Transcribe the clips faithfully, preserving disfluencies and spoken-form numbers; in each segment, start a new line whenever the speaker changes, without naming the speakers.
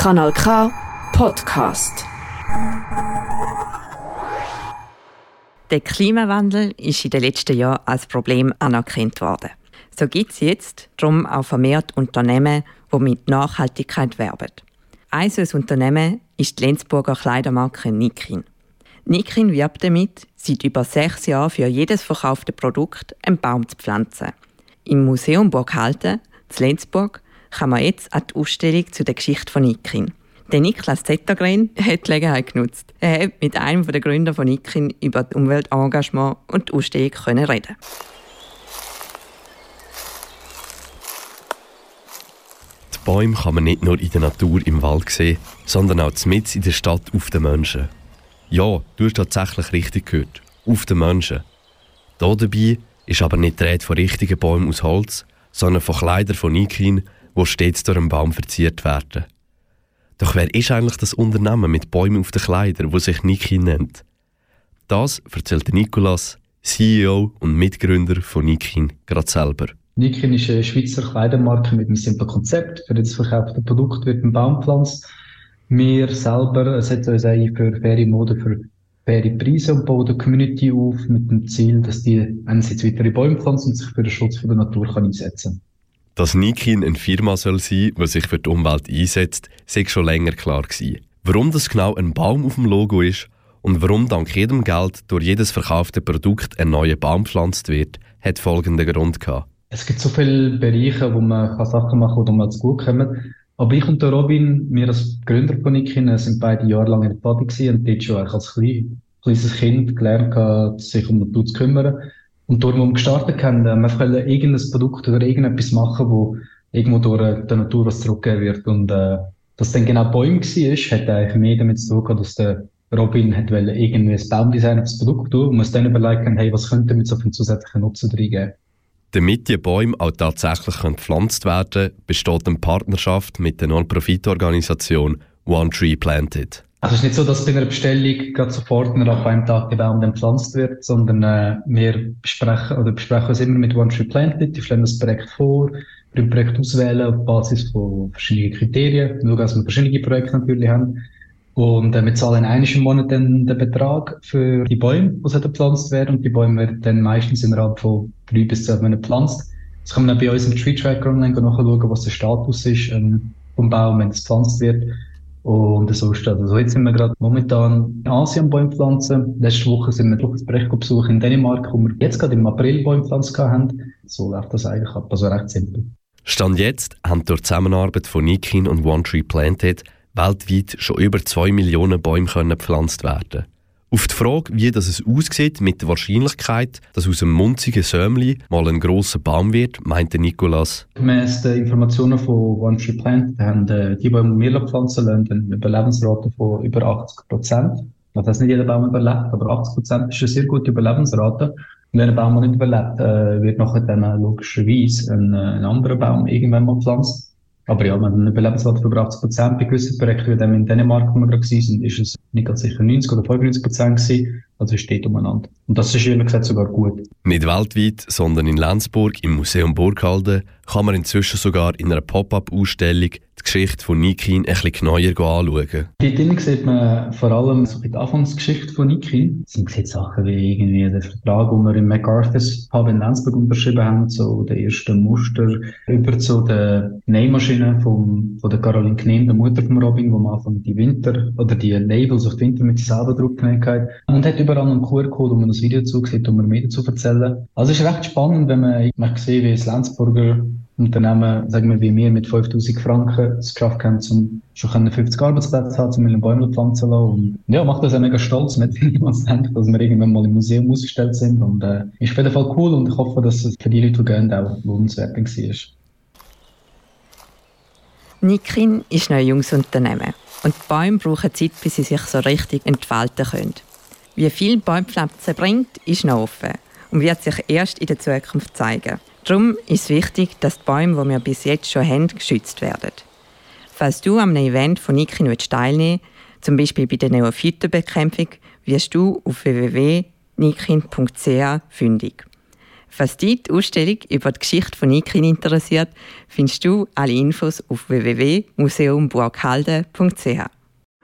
Kanal K Podcast.
Der Klimawandel ist in den letzten Jahren als Problem anerkannt worden. So gibt es jetzt darum auch vermehrt Unternehmen, die mit Nachhaltigkeit werben. Ein solches Unternehmen ist die Lenzburger Kleidermarke Nikin. Nikin wirbt damit, seit über sechs Jahren für jedes verkaufte Produkt einen Baum zu pflanzen. Im Museum Burghalden, in Lenzburg, kann man jetzt an die Ausstellung zu der Geschichte von Nikin. Der Niklas Zettergren hat die Gelegenheit genutzt. Er hat mit einem der Gründer von Nikin über das Umweltengagement und die Ausstellung reden.
Die Bäume kann man nicht nur in der Natur im Wald sehen, sondern auch mitten in der Stadt auf den Menschen. Ja, du hast tatsächlich richtig gehört. Auf den Menschen. Hier dabei ist aber nicht die Rede von richtigen Bäumen aus Holz, sondern von Kleidern von Nikin, die stets durch einen Baum verziert werden. Doch wer ist eigentlich das Unternehmen mit Bäumen auf den Kleidern, das sich Nikin nennt? Das erzählt Nicolas, C E O und Mitgründer von Nikin, gerade selber.
Nikin ist eine Schweizer Kleidermarke mit einem simplen Konzept. Für das verkaufte Produkt wird ein Baum gepflanzt. Wir selber setzen uns eigentlich für faire Mode, für faire Preise und bauen die Community auf mit dem Ziel, dass die einerseits weitere Bäume pflanzen und sich für den Schutz der Natur einsetzen kann.
Dass Nikin eine Firma soll sein, die sich für die Umwelt einsetzt, sei schon länger klar gewesen. Warum das genau ein Baum auf dem Logo ist und warum dank jedem Geld durch jedes verkaufte Produkt ein neuer Baum gepflanzt wird, hat folgenden Grund gehabt.
Es gibt so viele Bereiche, wo man Sachen machen kann, die man zu gut kommen. Aber ich und der Robin, wir als Gründer von Nikin, sind beide jahrelang in der Body gewesen und dort schon als klein, kleines Kind gelernt, sich um die Natur zu kümmern. Und darum, als wir gestartet haben, wir wollten irgendein Produkt oder irgendetwas machen, wo irgendwo durch die Natur was zurückgeben wird. Und äh, dass dann genau Bäume war, hat eigentlich mehr damit zu tun gehabt, dass der Robin hat irgendwie ein Baumdesign auf das Produkt tun und muss dann überlegen, hey, was könnte mit so viel zusätzlichen Nutzen reingeben.
Damit die Bäume auch tatsächlich gepflanzt werden können, besteht eine Partnerschaft mit der Non-Profit-Organisation One Tree Planted.
Also es ist nicht so, dass bei einer Bestellung gerade sofort nach einem Tag der Baum dann gepflanzt wird, sondern äh, wir besprechen oder besprechen uns immer mit One Tree Planted. Die stellen das Projekt vor, wir Projekt auswählen auf Basis von verschiedenen Kriterien. Wir schauen, dass wir verschiedene Projekte natürlich haben. Und äh, wir zahlen einmal im Monat dann den Betrag für die Bäume, die gepflanzt werden. Und die Bäume werden dann meistens innerhalb von drei bis zwölf Monaten gepflanzt. Jetzt kann man dann bei uns im Tree Tracker online nachschauen, was der Status ist ähm, vom Baum, wenn es gepflanzt wird. Und so steht. Also jetzt sind wir gerade momentan in Asien Bäume pflanzen. Letzte Woche sind wir durch das Projekt besucht in Dänemark, wo wir jetzt gerade im April Bäume gepflanzt haben. So läuft das eigentlich ab, also recht simpel.
Stand jetzt haben durch die Zusammenarbeit von Nikin und One Tree Planted weltweit schon über zwei Millionen Bäume können gepflanzt werden. Auf die Frage, wie das es aussieht mit der Wahrscheinlichkeit, dass aus einem munzigen Säumli mal ein grosser Baum wird, meinte Nicolas.
Gemäss den Informationen von One Tree Planted haben äh, die Bäume, die wir pflanzen lassen, eine Überlebensrate von über achtzig Prozent. Das heißt, nicht jeder Baum überlebt, aber achtzig Prozent ist eine sehr gute Überlebensrate. Und wenn ein Baum nicht überlebt, äh, wird nachher dann äh, logischerweise ein, äh, ein anderer Baum irgendwann mal gepflanzt. Aber ja, wir haben eine Überlebensrate von über achtzig Prozent. Bei gewissen Projekten, wie in Dänemark, wo wir gerade waren, ist es nicht ganz sicher neunzig oder fünfundneunzig Prozent gewesen. Also es steht umeinander. Und das ist ehrlich gesagt sogar gut.
Nicht weltweit, sondern in Lenzburg im Museum Burghalden kann man inzwischen sogar in einer Pop-up-Ausstellung die Geschichte von Nikin ein bisschen genauer anschauen.
Dort drinnen sieht man vor allem so die Anfangsgeschichte von Nikin. Es sind Sachen wie irgendwie der Vertrag, den wir im MacArthur's Pub in Lenzburg unterschrieben haben, so der erste Muster, über zu der Nähmaschine vom, von der Caroline Knehm, der Mutter von Robin, wo am Anfang die Winter, oder die Labels auf die Winter mit sich selber drauf genäht hat. Und hat überall einen Q R-Code, wo man das Video zusieht, um mir mehr dazu erzählen. Also es ist recht spannend, wenn man, man sieht, wie das Lenzburger Unternehmen, sagen wir, wie wir mit fünftausend Franken es geschafft haben, um schon fünfzig Arbeitsplätze zu haben, um einen Bäume pflanzen zu lassen. Und ja, macht das auch mega stolz. Man hat niemals gedacht, dass wir irgendwann mal im Museum ausgestellt sind. Und äh, ist auf jeden Fall cool und ich hoffe, dass es für die Leute, die gehen, auch lohnenswert war.
Nikin ist noch ein junges Unternehmen. Und die Bäume brauchen Zeit, bis sie sich so richtig entfalten können. Wie viel Bäumpflanzen bringt, ist noch offen und wird sich erst in der Zukunft zeigen. Darum ist es wichtig, dass die Bäume, die wir bis jetzt schon haben, geschützt werden. Falls du an einem Event von Nikin teilnehmen willst, zum Beispiel bei der Neophytenbekämpfung, wirst du auf w w w punkt nikin punkt c h fündig. Falls dich die Ausstellung über die Geschichte von Nikin interessiert, findest du alle Infos auf w w w punkt museum burghalden punkt c h.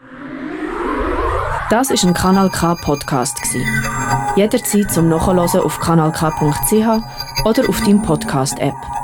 Das war ein Kanal K Podcast. Jederzeit zum Nachhören auf kanal k punkt c h oder auf deinem Podcast-App.